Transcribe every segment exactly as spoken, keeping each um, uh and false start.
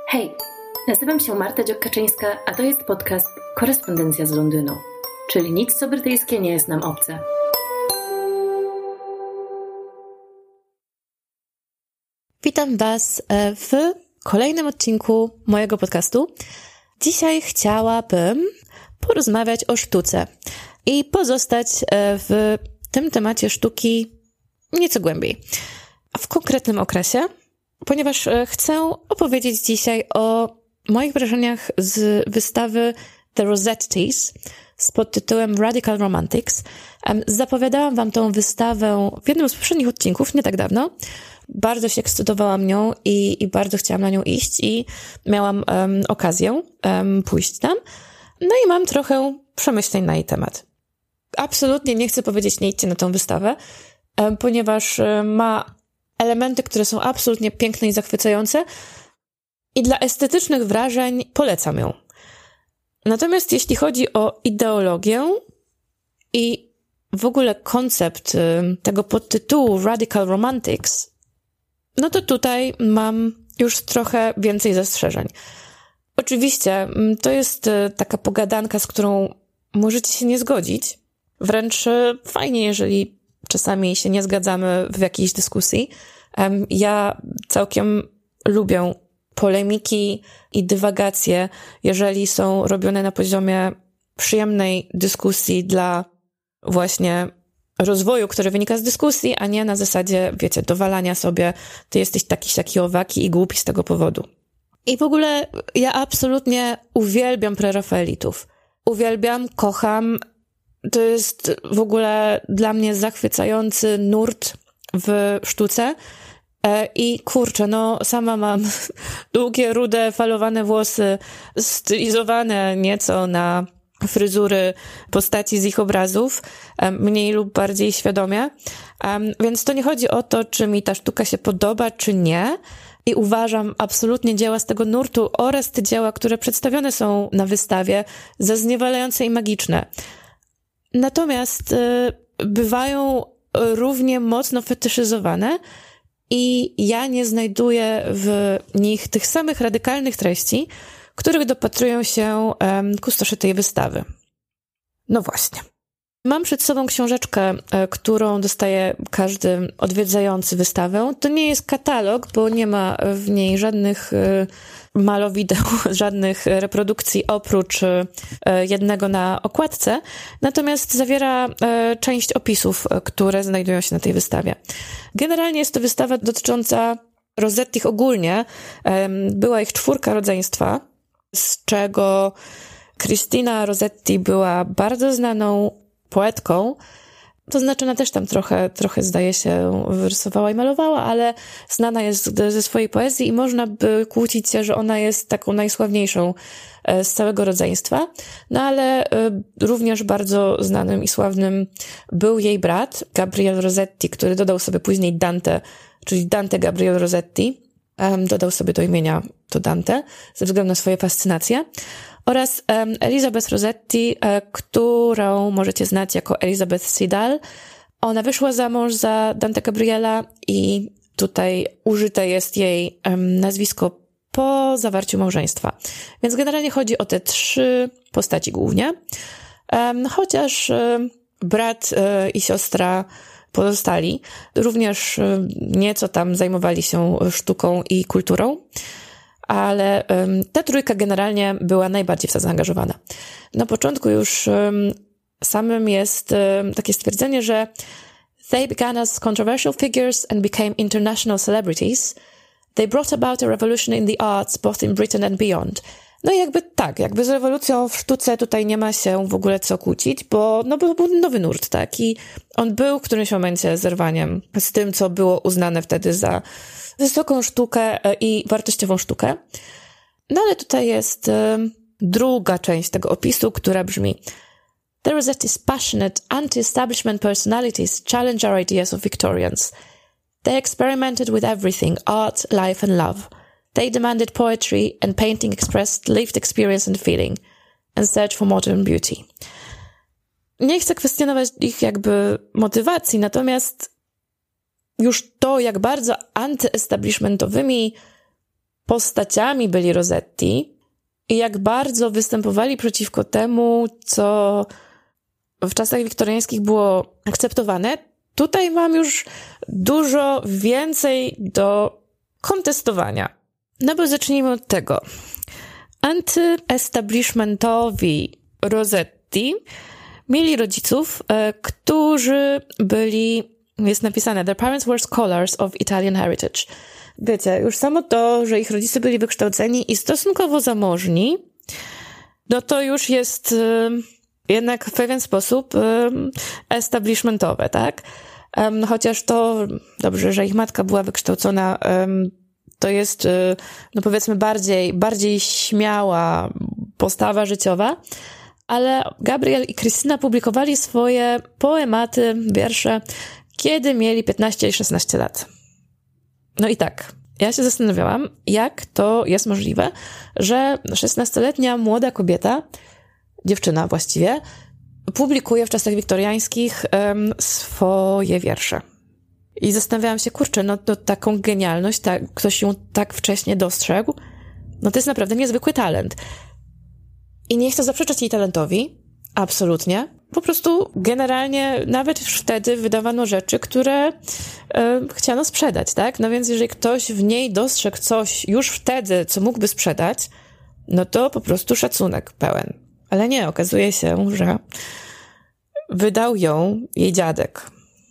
Hej, nazywam się Marta Dziokaczyńska, a to jest podcast Korespondencja z Londynu, czyli nic co brytyjskie nie jest nam obce. Witam Was w kolejnym odcinku mojego podcastu. Dzisiaj chciałabym porozmawiać o sztuce i pozostać w tym temacie sztuki nieco głębiej, a w konkretnym okresie, ponieważ chcę opowiedzieć dzisiaj o moich wrażeniach z wystawy The Rosettis z podtytułem Radical Romantics. Zapowiadałam Wam tą wystawę w jednym z poprzednich odcinków, nie tak dawno. Bardzo się ekscytowałam nią i, i bardzo chciałam na nią iść i miałam um, okazję um, pójść tam. No i mam trochę przemyśleń na jej temat. Absolutnie nie chcę powiedzieć, nie idźcie na tą wystawę, um, ponieważ um, ma elementy, które są absolutnie piękne i zachwycające i dla estetycznych wrażeń polecam ją. Natomiast jeśli chodzi o ideologię i w ogóle koncept um, tego podtytułu Radical Romantics, no to tutaj mam już trochę więcej zastrzeżeń. Oczywiście to jest taka pogadanka, z którą możecie się nie zgodzić. Wręcz fajnie, jeżeli czasami się nie zgadzamy w jakiejś dyskusji. Ja całkiem lubię polemiki i dywagacje, jeżeli są robione na poziomie przyjemnej dyskusji dla właśnie rozwoju, który wynika z dyskusji, a nie na zasadzie, wiecie, dowalania sobie, ty jesteś taki, siaki, owaki i głupi z tego powodu. I w ogóle ja absolutnie uwielbiam prerafaelitów. Uwielbiam, kocham. To jest w ogóle dla mnie zachwycający nurt w sztuce. I kurczę, no sama mam długie, rude, falowane włosy, stylizowane nieco na fryzury postaci z ich obrazów, mniej lub bardziej świadomie. Więc to nie chodzi o to, czy mi ta sztuka się podoba, czy nie. I uważam absolutnie dzieła z tego nurtu oraz te dzieła, które przedstawione są na wystawie, za zniewalające i magiczne. Natomiast y, bywają równie mocno fetyszyzowane i ja nie znajduję w nich tych samych radykalnych treści, których dopatrują się um, kustosze tej wystawy. No właśnie. Mam przed sobą książeczkę, którą dostaje każdy odwiedzający wystawę. To nie jest katalog, bo nie ma w niej żadnych malowideł, żadnych reprodukcji oprócz jednego na okładce. Natomiast zawiera część opisów, które znajdują się na tej wystawie. Generalnie jest to wystawa dotycząca Rosettich ogólnie. Była ich czwórka rodzeństwa, z czego Cristina Rossetti była bardzo znaną poetką, to znaczy ona też tam trochę, trochę zdaje się rysowała i malowała, ale znana jest ze swojej poezji i można by kłócić się, że ona jest taką najsławniejszą z całego rodzeństwa, no ale również bardzo znanym i sławnym był jej brat, Gabriel Rossetti, który dodał sobie później Dante, czyli Dante Gabriel Rossetti, dodał sobie do imienia to Dante, ze względu na swoje fascynacje. Oraz um, Elizabeth Rossetti, e, którą możecie znać jako Elizabeth Siddal. Ona wyszła za mąż za Dante Gabriela i tutaj użyte jest jej um, nazwisko po zawarciu małżeństwa. Więc generalnie chodzi o te trzy postaci głównie. Um, chociaż um, brat um, i siostra pozostali również um, nieco tam zajmowali się sztuką i kulturą. Ale um, ta trójka generalnie była najbardziej w to zaangażowana. Na początku już um, samym jest um, takie stwierdzenie, że they began as controversial figures and became international celebrities. They brought about a revolution in the arts, both in Britain and beyond. No i jakby tak, jakby z rewolucją w sztuce tutaj nie ma się w ogóle co kłócić, bo no był, był nowy nurt, tak? I on był w którymś momencie zerwaniem z tym, co było uznane wtedy za wysoką sztukę i wartościową sztukę. No ale tutaj jest um, druga część tego opisu, która brzmi: The Rosettis' passionate anti-establishment personalities challenge our ideas of Victorians. They experimented with everything, art, life and love. They demanded poetry and painting expressed lived experience and feeling and search for modern beauty. Nie chcę kwestionować ich jakby motywacji, natomiast już to, jak bardzo antyestablishmentowymi postaciami byli Rossetti i jak bardzo występowali przeciwko temu, co w czasach wiktoriańskich było akceptowane, tutaj mam już dużo więcej do kontestowania. No bo zacznijmy od tego. Anty-establishmentowi Rossetti mieli rodziców, e, którzy byli, jest napisane, their parents were scholars of Italian heritage. Wiecie, już samo to, że ich rodzice byli wykształceni i stosunkowo zamożni, no to już jest e, jednak w pewien sposób e, establishmentowe, tak? E, chociaż to, dobrze, że ich matka była wykształcona, e, to jest, no powiedzmy, bardziej, bardziej śmiała postawa życiowa, ale Gabriel i Krystyna publikowali swoje poematy, wiersze, kiedy mieli piętnaście i szesnaście lat. No i tak, ja się zastanawiałam, jak to jest możliwe, że szesnastoletnia młoda kobieta, dziewczyna właściwie, publikuje w czasach wiktoriańskich um, swoje wiersze. I zastanawiałam się, kurczę, no to taką genialność, tak, ktoś ją tak wcześnie dostrzegł, no to jest naprawdę niezwykły talent. I nie chcę zaprzeczać jej talentowi, absolutnie. Po prostu generalnie nawet już wtedy wydawano rzeczy, które e, chciano sprzedać, tak? No więc jeżeli ktoś w niej dostrzegł coś już wtedy, co mógłby sprzedać, no to po prostu szacunek pełen. Ale nie, okazuje się, że wydał ją jej dziadek.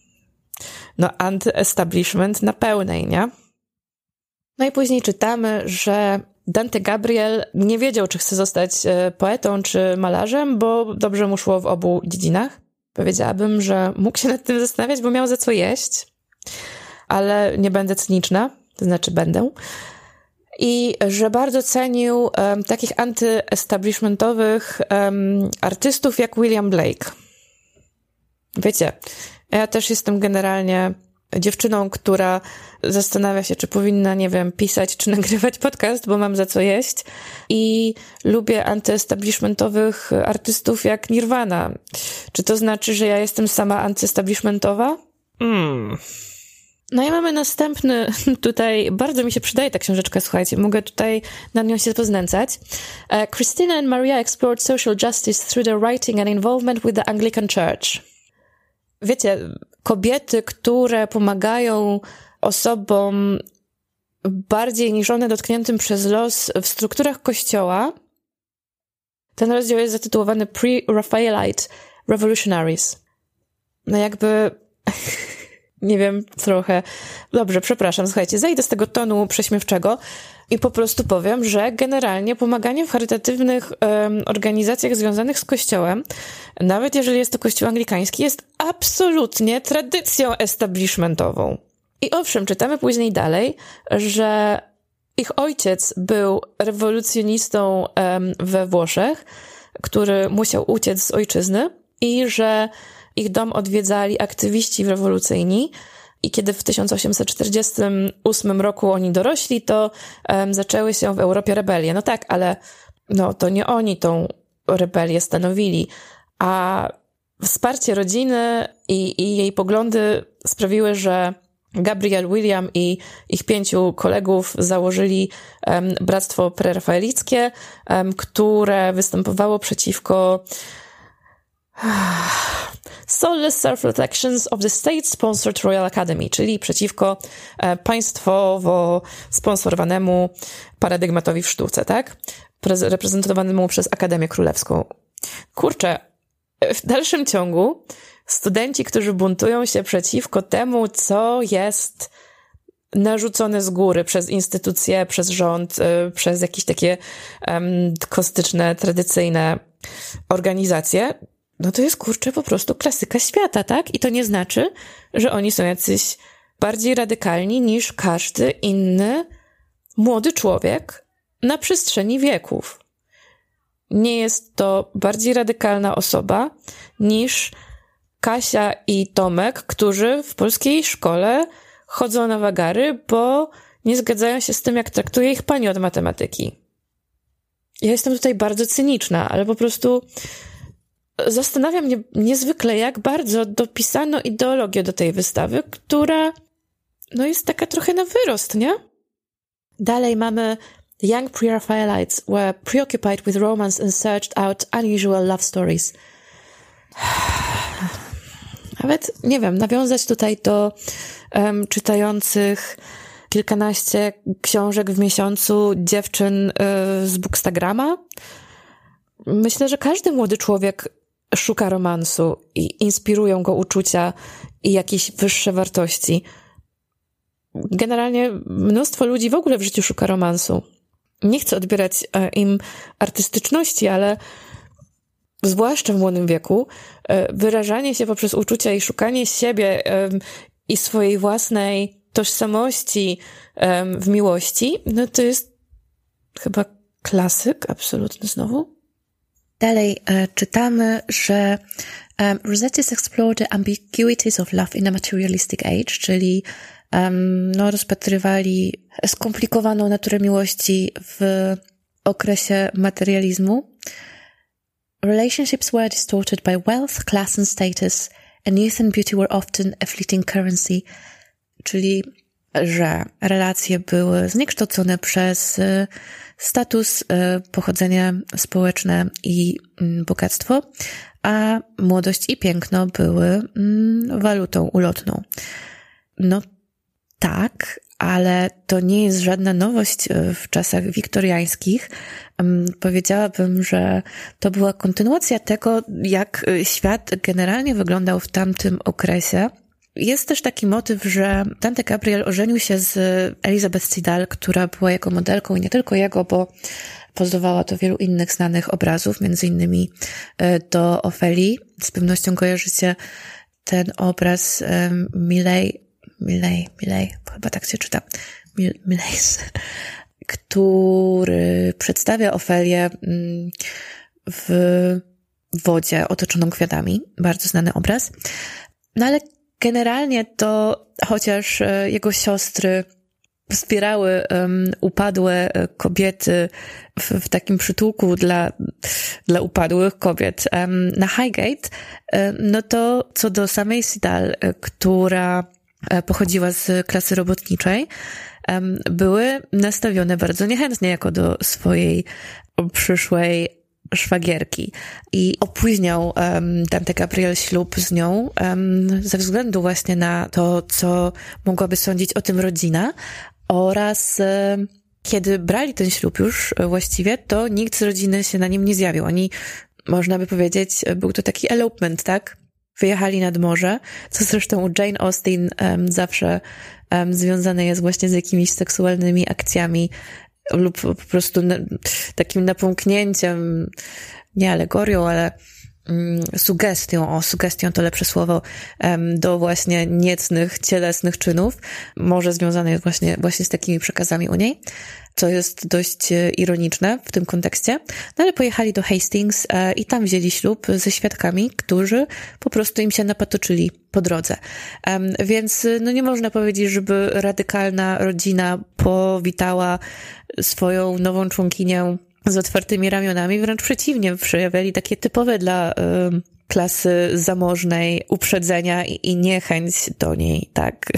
No anty-establishment na pełnej, nie? No i później czytamy, że Dante Gabriel nie wiedział, czy chce zostać poetą czy malarzem, bo dobrze mu szło w obu dziedzinach. Powiedziałabym, że mógł się nad tym zastanawiać, bo miał za co jeść, ale nie będę cyniczna, to znaczy będę. I że bardzo cenił um, takich anty-establishmentowych um, artystów jak William Blake. Wiecie, ja też jestem generalnie dziewczyną, która zastanawia się, czy powinna, nie wiem, pisać, czy nagrywać podcast, bo mam za co jeść. I lubię antyestablishmentowych artystów jak Nirvana. Czy to znaczy, że ja jestem sama antyestablishmentowa? Mm. No i mamy następny tutaj, bardzo mi się przydaje ta książeczka, słuchajcie, mogę tutaj nad nią się poznęcać. Uh, Christina and Maria explored social justice through their writing and involvement with the Anglican Church. Wiecie, kobiety, które pomagają osobom bardziej niż one dotkniętym przez los w strukturach kościoła. Ten rozdział jest zatytułowany Pre-Raphaelite Revolutionaries. No jakby... nie wiem, trochę... Dobrze, przepraszam, słuchajcie, zejdę z tego tonu prześmiewczego i po prostu powiem, że generalnie pomaganie w charytatywnych um, organizacjach związanych z Kościołem, nawet jeżeli jest to Kościół anglikański, jest absolutnie tradycją establishmentową. I owszem, czytamy później dalej, że ich ojciec był rewolucjonistą um, we Włoszech, który musiał uciec z ojczyzny i że ich dom odwiedzali aktywiści rewolucyjni i kiedy w tysiąc osiemset czterdziestym ósmym roku oni dorośli, to um, zaczęły się w Europie rebelie. No tak, ale no, to nie oni tą rebelię stanowili, a wsparcie rodziny i, i jej poglądy sprawiły, że Gabriel, William i ich pięciu kolegów założyli um, Bractwo Prerafaelickie, um, które występowało przeciwko Soulless Self-Reflections of the State-Sponsored Royal Academy, czyli przeciwko e, państwowo sponsorowanemu paradygmatowi w sztuce, tak? Pre- reprezentowanemu przez Akademię Królewską. Kurczę, w dalszym ciągu studenci, którzy buntują się przeciwko temu, co jest narzucone z góry przez instytucje, przez rząd, y, przez jakieś takie um, kostyczne, tradycyjne organizacje, no to jest, kurczę, po prostu klasyka świata, tak? I to nie znaczy, że oni są jacyś bardziej radykalni niż każdy inny młody człowiek na przestrzeni wieków. Nie jest to bardziej radykalna osoba niż Kasia i Tomek, którzy w polskiej szkole chodzą na wagary, bo nie zgadzają się z tym, jak traktuje ich pani od matematyki. Ja jestem tutaj bardzo cyniczna, ale po prostu zastanawia mnie niezwykle, jak bardzo dopisano ideologię do tej wystawy, która no jest taka trochę na wyrost, nie? Dalej mamy Young pre-Raphaelites were preoccupied with romance and searched out unusual love stories. Nawet, nie wiem, nawiązać tutaj do um, czytających kilkanaście książek w miesiącu dziewczyn y, z Bookstagrama. Myślę, że każdy młody człowiek szuka romansu i inspirują go uczucia i jakieś wyższe wartości. Generalnie mnóstwo ludzi w ogóle w życiu szuka romansu. Nie chcę odbierać e, im artystyczności, ale zwłaszcza w młodym wieku e, wyrażanie się poprzez uczucia i szukanie siebie e, i swojej własnej tożsamości e, w miłości, no to jest chyba klasyk absolutny znowu. Dalej e, czytamy, że um, Rossetti's explored the ambiguities of love in a materialistic age, czyli um, no, rozpatrywali skomplikowaną naturę miłości w okresie materializmu. Relationships were distorted by wealth, class and status, and youth and beauty were often a fleeting currency, czyli że relacje były zniekształcone przez status, pochodzenie społeczne i bogactwo, a młodość i piękno były walutą ulotną. No tak, ale to nie jest żadna nowość w czasach wiktoriańskich. Powiedziałabym, że to była kontynuacja tego, jak świat generalnie wyglądał w tamtym okresie. Jest też taki motyw, że Dante Gabriel ożenił się z Elizabeth Siddal, która była jego modelką i nie tylko jego, bo pozowała do wielu innych znanych obrazów, między innymi do Ofelii. Z pewnością kojarzycie ten obraz Millais, Millais, Millais, chyba tak się czyta, Millais, który przedstawia Ofelię w wodzie otoczoną kwiatami. Bardzo znany obraz. No ale generalnie to, chociaż jego siostry wspierały um, upadłe kobiety w, w takim przytułku dla, dla upadłych kobiet um, na Highgate, um, no to co do samej Siddal, która pochodziła z klasy robotniczej, um, były nastawione bardzo niechętnie jako do swojej przyszłej szwagierki i opóźniał um, Dante Gabriel ślub z nią um, ze względu właśnie na to, co mogłaby sądzić o tym rodzina oraz um, kiedy brali ten ślub już właściwie, to nikt z rodziny się na nim nie zjawił. Oni, można by powiedzieć, był to taki elopement, tak? Wyjechali nad morze, co zresztą u Jane Austen um, zawsze um, związane jest właśnie z jakimiś seksualnymi akcjami lub po prostu na, takim napomknięciem, nie alegorią, ale mm, sugestią, o sugestią to lepsze słowo, em, do właśnie niecnych, cielesnych czynów. Może związane jest właśnie, właśnie z takimi przekazami u niej, co jest dość ironiczne w tym kontekście. No ale pojechali do Hastings e, i tam wzięli ślub ze świadkami, którzy po prostu im się napatoczyli po drodze. Um, więc no nie można powiedzieć, żeby radykalna rodzina powitała swoją nową członkinię z otwartymi ramionami, wręcz przeciwnie, przejawiali takie typowe dla um, klasy zamożnej uprzedzenia i, i niechęć do niej, tak.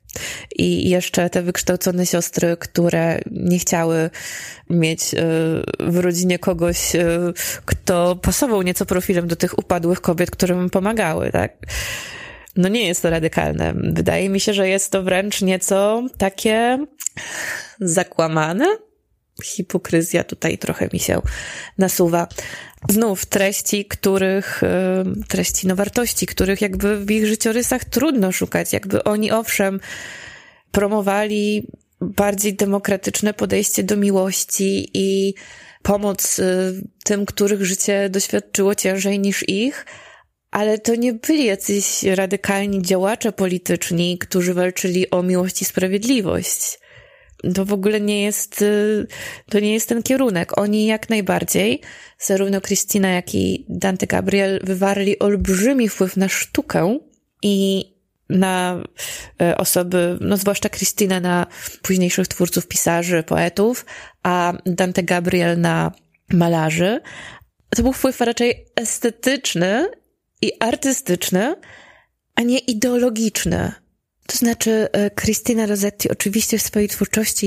I jeszcze te wykształcone siostry, które nie chciały mieć w rodzinie kogoś, kto pasował nieco profilem do tych upadłych kobiet, którym pomagały, tak? No nie jest to radykalne. Wydaje mi się, że jest to wręcz nieco takie zakłamane. Hipokryzja tutaj trochę mi się nasuwa. Znów treści, których, treści, no wartości, których jakby w ich życiorysach trudno szukać. Jakby oni owszem promowali bardziej demokratyczne podejście do miłości i pomoc tym, których życie doświadczyło ciężej niż ich, ale to nie byli jacyś radykalni działacze polityczni, którzy walczyli o miłość i sprawiedliwość. To w ogóle nie jest, to nie jest ten kierunek. Oni jak najbardziej, zarówno Christina, jak i Dante Gabriel wywarli olbrzymi wpływ na sztukę i na osoby, no zwłaszcza Christina na późniejszych twórców, pisarzy, poetów, a Dante Gabriel na malarzy. To był wpływ raczej estetyczny i artystyczny, a nie ideologiczny. To znaczy Christina Rossetti oczywiście w swojej twórczości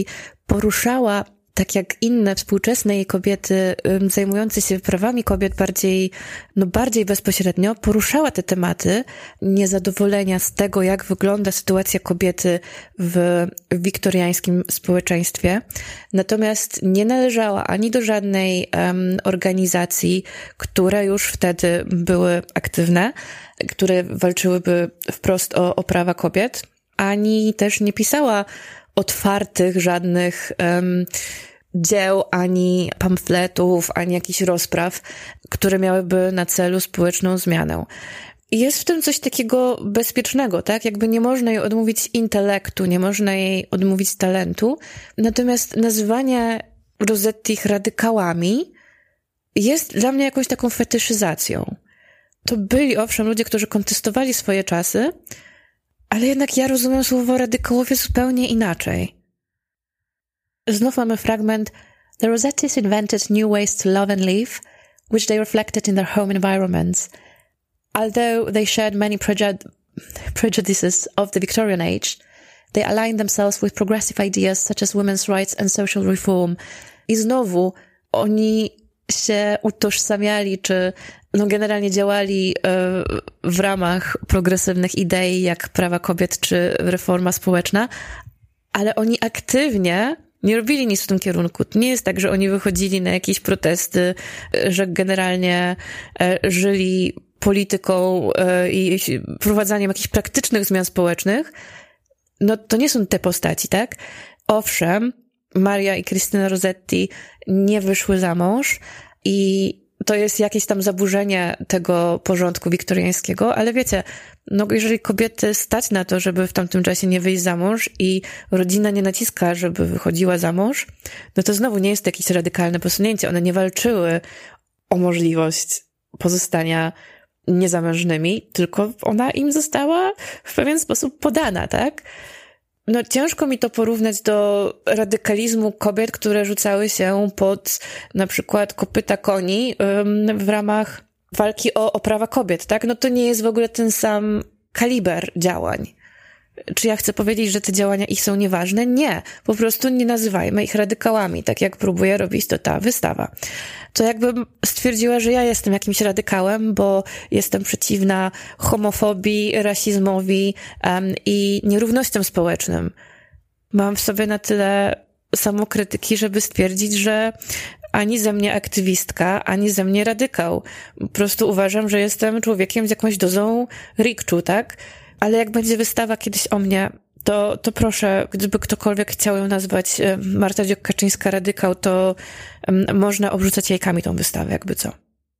poruszała, tak jak inne współczesne jej kobiety zajmujące się prawami kobiet bardziej, no bardziej bezpośrednio, poruszała te tematy niezadowolenia z tego, jak wygląda sytuacja kobiety w wiktoriańskim społeczeństwie. Natomiast nie należała ani do żadnej um, organizacji, które już wtedy były aktywne, które walczyłyby wprost o, o prawa kobiet, ani też nie pisała otwartych żadnych um, dzieł, ani pamfletów, ani jakichś rozpraw, które miałyby na celu społeczną zmianę. I jest w tym coś takiego bezpiecznego, tak? Jakby nie można jej odmówić intelektu, nie można jej odmówić talentu, natomiast nazywanie Rossetti radykałami jest dla mnie jakąś taką fetyszyzacją. To byli, owszem, ludzie, którzy kontestowali swoje czasy, ale jednak ja rozumiem słowo radykałowie zupełnie inaczej. Znów mamy fragment: The Rossettis invented new ways to love and live, which they reflected in their home environments. Although they shared many prejud- prejudices of the Victorian age, they aligned themselves with progressive ideas such as women's rights and social reform. I znowu oni się utożsamiali, czy no generalnie działali w ramach progresywnych idei, jak prawa kobiet, czy reforma społeczna, ale oni aktywnie nie robili nic w tym kierunku. To nie jest tak, że oni wychodzili na jakieś protesty, że generalnie żyli polityką i wprowadzaniem jakichś praktycznych zmian społecznych. No to nie są te postaci, tak? Owszem, Maria i Krystyna Rossetti nie wyszły za mąż i to jest jakieś tam zaburzenie tego porządku wiktoriańskiego, ale wiecie, no jeżeli kobiety stać na to, żeby w tamtym czasie nie wyjść za mąż i rodzina nie naciska, żeby wychodziła za mąż, no to znowu nie jest to jakieś radykalne posunięcie. One nie walczyły o możliwość pozostania niezamężnymi, tylko ona im została w pewien sposób podana, tak? No ciężko mi to porównać do radykalizmu kobiet, które rzucały się pod na przykład kopyta koni ym, w ramach walki o, o prawa kobiet, tak? No to nie jest w ogóle ten sam kaliber działań. Czy ja chcę powiedzieć, że te działania ich są nieważne? Nie. Po prostu nie nazywajmy ich radykałami, tak jak próbuje robić to ta wystawa. To jakbym stwierdziła, że ja jestem jakimś radykałem, bo jestem przeciwna homofobii, rasizmowi um, i nierównościom społecznym. Mam w sobie na tyle samokrytyki, żeby stwierdzić, że ani ze mnie aktywistka, ani ze mnie radykał. Po prostu uważam, że jestem człowiekiem z jakąś dozą rikczu, tak? Ale jak będzie wystawa kiedyś o mnie, to, to proszę, gdyby ktokolwiek chciał ją nazwać Marta Dzioch-Kaczyńska radykał, to um, można obrzucać jajkami tą wystawę, jakby co.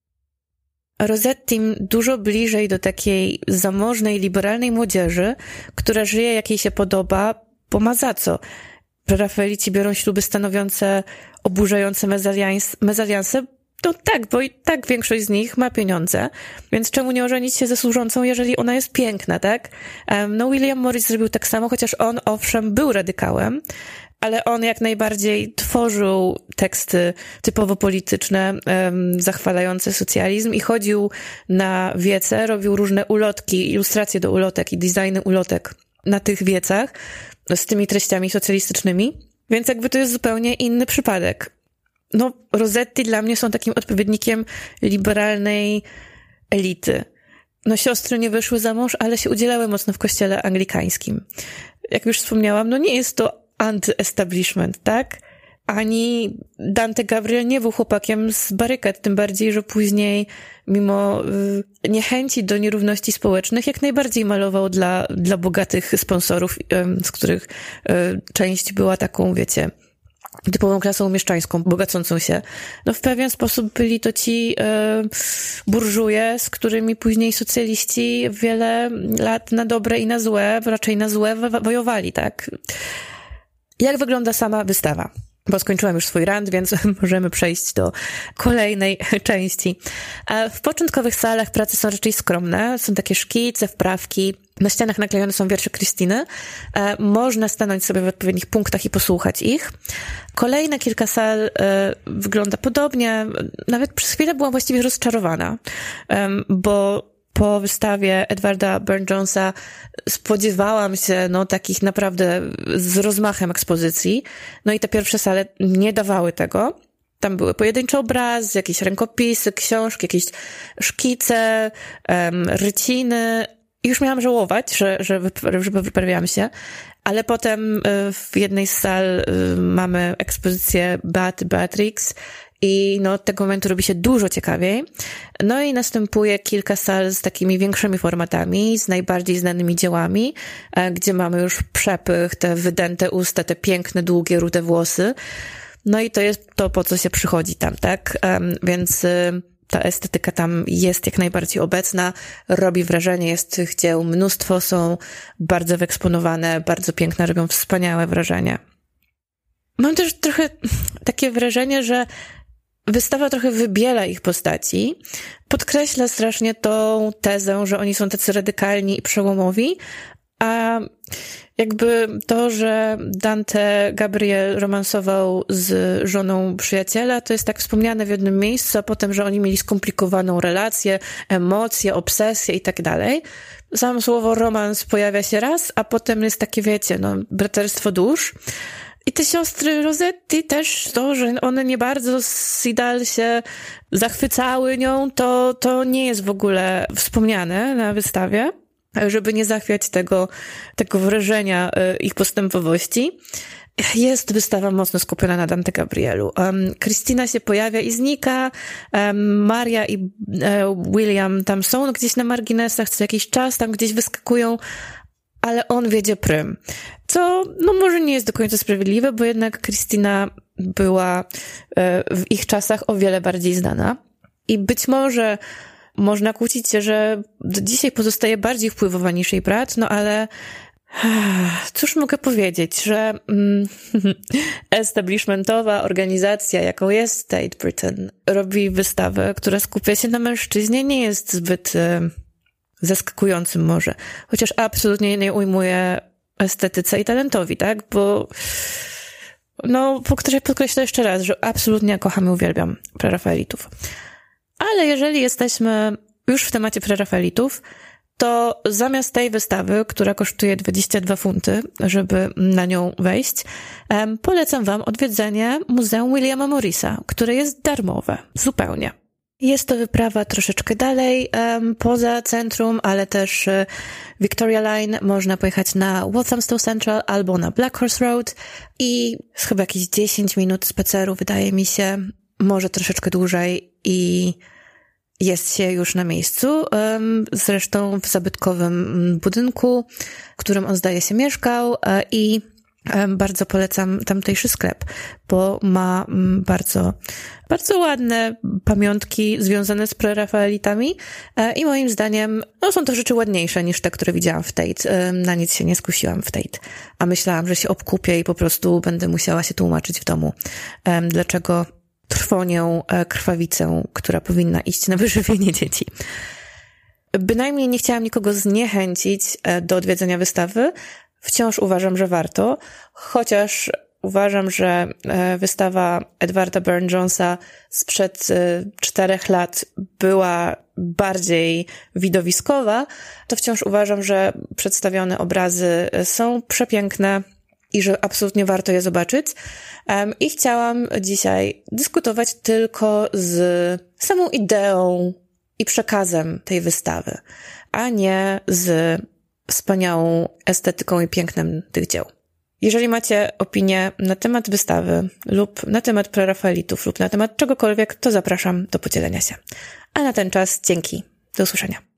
Rossetti dużo bliżej do takiej zamożnej, liberalnej młodzieży, która żyje jak jej się podoba, bo ma za co. Prerafaelici biorą śluby stanowiące oburzające mezalians- mezalianse, to tak, bo i tak większość z nich ma pieniądze, więc czemu nie ożenić się ze służącą, jeżeli ona jest piękna, tak? No William Morris zrobił tak samo, chociaż on owszem był radykałem, ale on jak najbardziej tworzył teksty typowo polityczne, um, zachwalające socjalizm i chodził na wiece, robił różne ulotki, ilustracje do ulotek i designy ulotek na tych wiecach z tymi treściami socjalistycznymi, więc jakby to jest zupełnie inny przypadek. No, Rossetti dla mnie są takim odpowiednikiem liberalnej elity. No, siostry nie wyszły za mąż, ale się udzielały mocno w kościele anglikańskim. Jak już wspomniałam, no nie jest to anty-establishment, tak? Ani Dante Gabriel nie był chłopakiem z barykad, tym bardziej, że później, mimo y, niechęci do nierówności społecznych, jak najbardziej malował dla, dla bogatych sponsorów, y, z których y, część była taką, wiecie, typową klasą mieszczańską, bogacącą się. No w pewien sposób byli to ci e, burżuje, z którymi później socjaliści wiele lat na dobre i na złe, raczej na złe wojowali, tak? Jak wygląda sama wystawa? Bo skończyłam już swój rant, więc możemy przejść do kolejnej części. W początkowych salach prace są raczej skromne. Są takie szkice, wprawki. Na ścianach naklejone są wiersze Krystyny. Można stanąć sobie w odpowiednich punktach i posłuchać ich. Kolejne kilka sal wygląda podobnie. Nawet przez chwilę byłam właściwie rozczarowana, bo po wystawie Edwarda Burne-Jonesa spodziewałam się, no, takich naprawdę z rozmachem ekspozycji. No i te pierwsze sale nie dawały tego. Tam były pojedyncze obrazy, jakieś rękopisy, książki, jakieś szkice, um, ryciny. I już miałam żałować, że, że, wypra- że wyprawiałam się. Ale potem w jednej z sal mamy ekspozycję Beaty Beatrix i no od tego momentu robi się dużo ciekawiej. No i następuje kilka sal z takimi większymi formatami, z najbardziej znanymi dziełami, gdzie mamy już przepych, te wydęte usta, te piękne, długie, rude włosy. No i to jest to, po co się przychodzi tam, tak? Um, więc y, ta estetyka tam jest jak najbardziej obecna, robi wrażenie, jest tych dzieł mnóstwo, są bardzo wyeksponowane, bardzo piękne, robią wspaniałe wrażenie. Mam też trochę takie wrażenie, że wystawa trochę wybiela ich postaci, podkreśla strasznie tą tezę, że oni są tacy radykalni i przełomowi, a jakby to, że Dante Gabriel romansował z żoną przyjaciela, to jest tak wspomniane w jednym miejscu, a potem, że oni mieli skomplikowaną relację, emocje, obsesje i tak dalej. Samo słowo romans pojawia się raz, a potem jest takie, wiecie, no, braterstwo dusz. I te siostry Rossetti też, to, że one nie bardzo z Sidal się zachwycały nią, to, to nie jest w ogóle wspomniane na wystawie, żeby nie zachwiać tego, tego wrażenia ich postępowości. Jest wystawa mocno skupiona na Dante Gabrielu. Um, Krystyna się pojawia i znika, um, Maria i e, William tam są gdzieś na marginesach co jakiś czas, tam gdzieś wyskakują, ale on wiedzie prym. Co, no może nie jest do końca sprawiedliwe, bo jednak Krystyna była e, w ich czasach o wiele bardziej znana. I być może można kłócić się, że do dzisiaj pozostaje bardziej wpływowa niż jej brat, no ale cóż mogę powiedzieć, że mm, establishmentowa organizacja, jaką jest State Britain, robi wystawę, która skupia się na mężczyźnie, nie jest zbyt y, zaskakującym może. Chociaż absolutnie nie ujmuje estetyce i talentowi, tak? Bo no, podkreślę jeszcze raz, że absolutnie kocham i uwielbiam prerafaelitów. Ale jeżeli jesteśmy już w temacie prerafaelitów, to zamiast tej wystawy, która kosztuje dwadzieścia dwa funty, żeby na nią wejść, um, polecam wam odwiedzenie Muzeum Williama Morrisa, które jest darmowe. Zupełnie. Jest to wyprawa troszeczkę dalej, um, poza centrum, ale też uh, Victoria Line. Można pojechać na Walthamstow Central albo na Black Horse Road i chyba jakieś dziesięć minut spaceru, wydaje mi się, może troszeczkę dłużej i jest się już na miejscu. Zresztą w zabytkowym budynku, w którym on zdaje się mieszkał i bardzo polecam tamtejszy sklep, bo ma bardzo, bardzo ładne pamiątki związane z prerafaelitami i moim zdaniem no, są to rzeczy ładniejsze niż te, które widziałam w Tate. Na nic się nie skusiłam w Tate, a myślałam, że się obkupię i po prostu będę musiała się tłumaczyć w domu, dlaczego trwonię krwawicę, która powinna iść na wyżywienie dzieci. Bynajmniej nie chciałam nikogo zniechęcić do odwiedzenia wystawy. Wciąż uważam, że warto, chociaż uważam, że wystawa Edwarda Burne-Jonesa sprzed czterech lat była bardziej widowiskowa, to wciąż uważam, że przedstawione obrazy są przepiękne i że absolutnie warto je zobaczyć. Um, I chciałam dzisiaj dyskutować tylko z samą ideą i przekazem tej wystawy, a nie z wspaniałą estetyką i pięknem tych dzieł. Jeżeli macie opinię na temat wystawy lub na temat prerafaelitów lub na temat czegokolwiek, to zapraszam do podzielenia się. A na ten czas dzięki. Do usłyszenia.